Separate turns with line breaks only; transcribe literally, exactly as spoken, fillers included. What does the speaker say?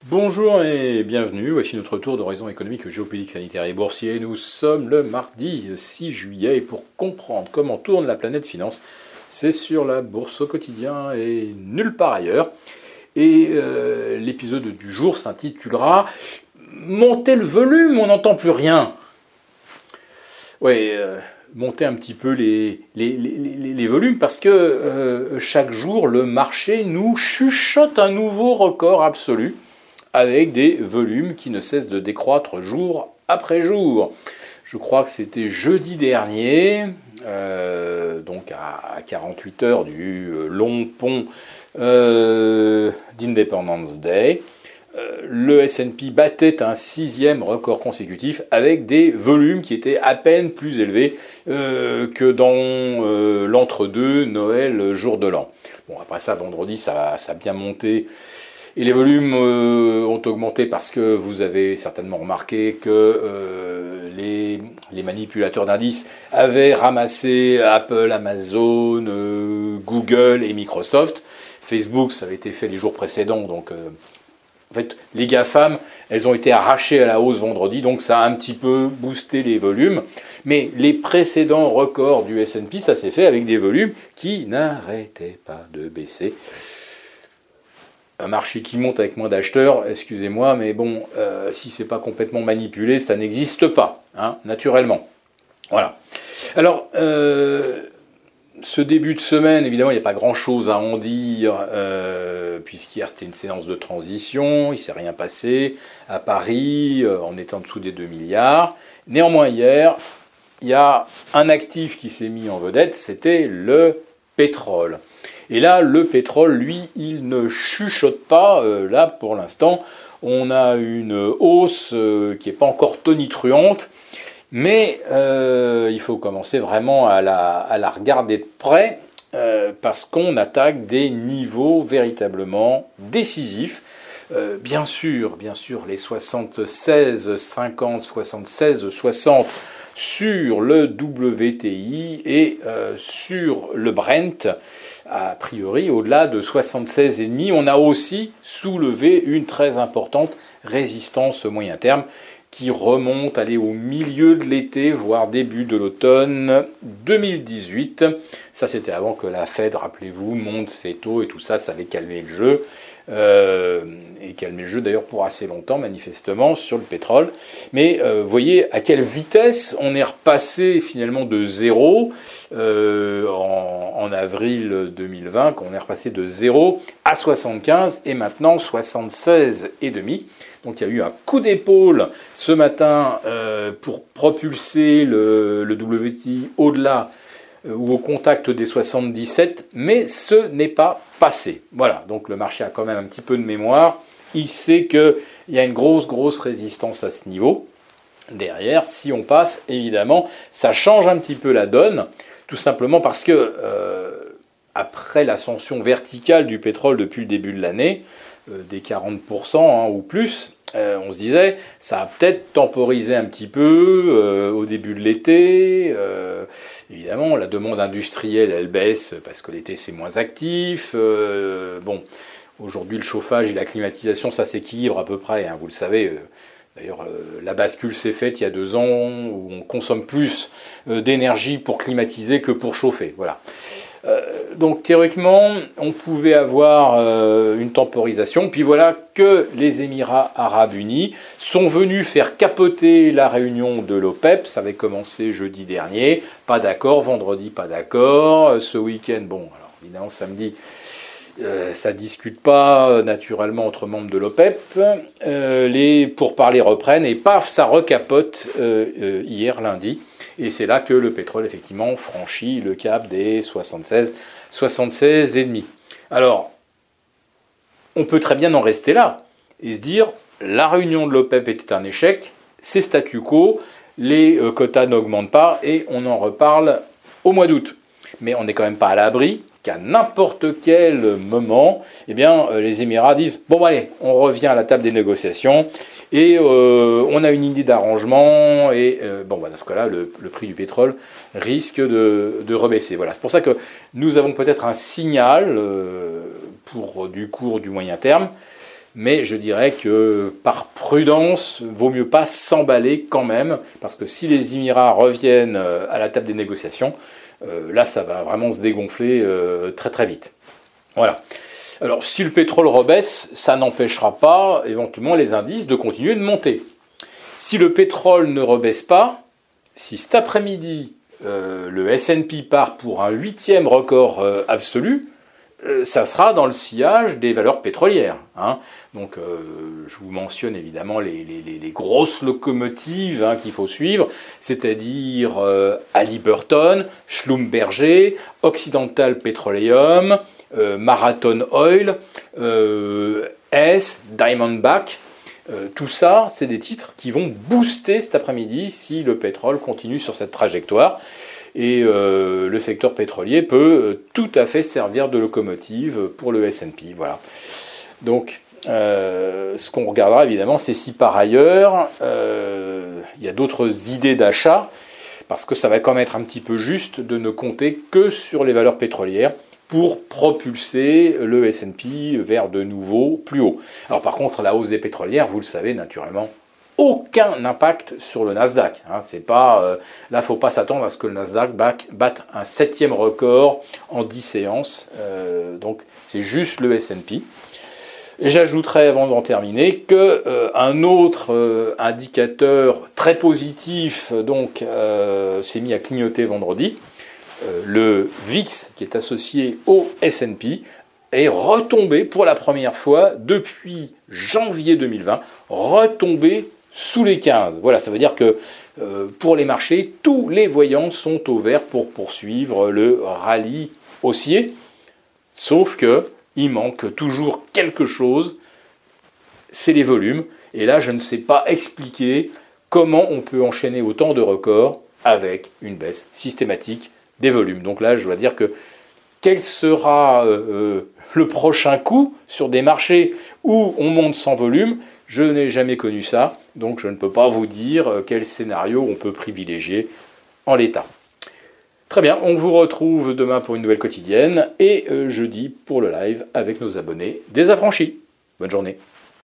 Bonjour et bienvenue, voici notre tour d'horizon économique, géopolitique, sanitaire et boursier. Nous sommes le mardi six juillet et pour comprendre comment tourne la planète finance, c'est sur la bourse au quotidien et nulle part ailleurs. Et euh, l'épisode du jour s'intitulera « Monter le volume, on n'entend plus rien ». Ouais, euh, monter un petit peu les, les, les, les volumes parce que euh, chaque jour, le marché nous chuchote un nouveau record absolu, avec des volumes qui ne cessent de décroître jour après jour. Je crois que c'était jeudi dernier, euh, donc à quarante-huit heures du long pont euh, d'Independence Day, euh, le S and P battait un sixième record consécutif avec des volumes qui étaient à peine plus élevés euh, que dans euh, l'entre-deux Noël, jour de l'an. Bon, après ça, vendredi, ça, ça a bien monté. Et les volumes euh, ont augmenté parce que vous avez certainement remarqué que euh, les, les manipulateurs d'indices avaient ramassé Apple, Amazon, euh, Google et Microsoft. Facebook, ça avait été fait les jours précédents. Donc, euh, en fait, les GAFAM, elles ont été arrachées à la hausse vendredi. Donc, ça a un petit peu boosté les volumes. Mais les précédents records du S and P, ça s'est fait avec des volumes qui n'arrêtaient pas de baisser. Un marché qui monte avec moins d'acheteurs, excusez-moi, mais bon, euh, si c'est pas complètement manipulé, ça n'existe pas, hein, naturellement. Voilà. Alors, euh, ce début de semaine, évidemment, il n'y a pas grand-chose à en dire, euh, puisqu'hier c'était une séance de transition, il ne s'est rien passé à Paris, euh, on est en dessous des deux milliards. Néanmoins, hier, il y a un actif qui s'est mis en vedette, c'était le pétrole. Et là, le pétrole, lui, il ne chuchote pas. Euh, là, pour l'instant, on a une hausse euh, qui n'est pas encore tonitruante, mais euh, il faut commencer vraiment à la, à la regarder de près, euh, parce qu'on attaque des niveaux véritablement décisifs. Euh, bien sûr, bien sûr, les soixante-seize cinquante, soixante-seize soixante sur le W T I et euh, sur le Brent, a priori, au-delà de soixante-seize virgule cinq, on a aussi soulevé une très importante résistance moyen terme qui remonte aller au milieu de l'été, voire début de l'automne deux mille dix-huit. Ça, c'était avant que la Fed, rappelez-vous, monte ses taux et tout ça, ça avait calmé le jeu. Euh, et calmé le jeu d'ailleurs pour assez longtemps, manifestement, sur le pétrole. Mais euh, vous voyez à quelle vitesse on est repassé finalement de zéro euh, en, en avril deux mille vingt, qu'on est repassé de zéro à soixante-quinze et maintenant soixante-seize virgule cinq. Donc il y a eu un coup d'épaule ce matin euh, pour propulser le, le W T I au-delà euh, ou au contact des soixante-dix-sept, mais ce n'est pas passé. Voilà, donc le marché a quand même un petit peu de mémoire. Il sait qu'il y a une grosse, grosse résistance à ce niveau. Derrière, si on passe, évidemment, ça change un petit peu la donne, tout simplement parce que euh, après l'ascension verticale du pétrole depuis le début de l'année, euh, des quarante pour cent hein, ou plus, euh, on se disait, ça a peut-être temporisé un petit peu euh, au début de l'été. Euh, évidemment, la demande industrielle, elle baisse parce que l'été, c'est moins actif. Euh, bon, aujourd'hui, le chauffage et la climatisation, ça s'équilibre à peu près, hein, vous le savez. Euh, D'ailleurs, euh, la bascule s'est faite il y a deux ans où on consomme plus euh, d'énergie pour climatiser que pour chauffer. Voilà. Euh, donc théoriquement, on pouvait avoir euh, une temporisation. Puis voilà que les Émirats arabes unis sont venus faire capoter la réunion de l'OPEP. Ça avait commencé jeudi dernier. Pas d'accord. Vendredi, pas d'accord. Ce week-end, bon, alors évidemment samedi, Euh, ça ne discute pas naturellement entre membres de l'OPEP. Euh, les pourparlers reprennent et paf, ça recapote euh, euh, hier lundi. Et c'est là que le pétrole, effectivement, franchit le cap des soixante-seize, soixante-seize virgule cinq. Alors, on peut très bien en rester là et se dire, la réunion de l'OPEP était un échec, c'est statu quo, les euh, quotas n'augmentent pas et on en reparle au mois d'août. Mais on n'est quand même pas à l'abri qu'à n'importe quel moment, eh bien, euh, les Émirats disent « Bon, allez, on revient à la table des négociations et euh, on a une idée d'arrangement. » Et euh, bon, bah, dans ce cas-là, le, le prix du pétrole risque de, de rebaisser. Voilà. C'est pour ça que nous avons peut-être un signal euh, pour du court, du moyen terme. mais je dirais que par prudence, vaut mieux pas s'emballer quand même, parce que si les Émirats reviennent à la table des négociations, euh, là ça va vraiment se dégonfler euh, très très vite. Voilà. Alors si le pétrole rebaisse, ça n'empêchera pas éventuellement les indices de continuer de monter. Si le pétrole ne rebaisse pas, si cet après-midi euh, le S and P part pour un huitième record euh, absolu, euh, ça sera dans le sillage des valeurs pétrolières. Hein. Donc euh, je vous mentionne évidemment les, les, les grosses locomotives hein, qu'il faut suivre, c'est-à-dire euh, Halliburton, Schlumberger, Occidental Petroleum, euh, Marathon Oil, euh, Hess, Diamondback. Euh, tout ça, c'est des titres qui vont booster cet après-midi si le pétrole continue sur cette trajectoire. Et euh, le secteur pétrolier peut euh, tout à fait servir de locomotive pour le S and P. Voilà. Donc, euh, ce qu'on regardera évidemment, c'est si par ailleurs, euh, il y a d'autres idées d'achat, parce que ça va quand même être un petit peu juste de ne compter que sur les valeurs pétrolières pour propulser le S and P vers de nouveaux plus hauts. Alors par contre, la hausse des pétrolières, vous le savez naturellement, aucun impact sur le Nasdaq. Hein, c'est pas, euh, là, il ne faut pas s'attendre à ce que le Nasdaq batte un septième record en dix séances. Euh, donc c'est juste le S and P. Et j'ajouterai avant d'en terminer qu'un euh, autre euh, indicateur très positif donc euh, s'est mis à clignoter vendredi. Euh, le V I X, qui est associé au S and P, est retombé pour la première fois depuis janvier deux mille vingt, retombé sous les quinze. Voilà, ça veut dire que euh, pour les marchés, tous les voyants sont au vert pour poursuivre le rallye haussier, sauf que il manque toujours quelque chose, c'est les volumes. Et là, je ne sais pas expliquer comment on peut enchaîner autant de records avec une baisse systématique des volumes. Donc là, je dois dire que quel sera euh, le prochain coup sur des marchés où on monte sans volume? Je n'ai jamais connu ça, donc je ne peux pas vous dire quel scénario on peut privilégier en l'état. Très bien, on vous retrouve demain pour une nouvelle quotidienne et euh, jeudi pour le live avec nos abonnés désaffranchis. Bonne journée.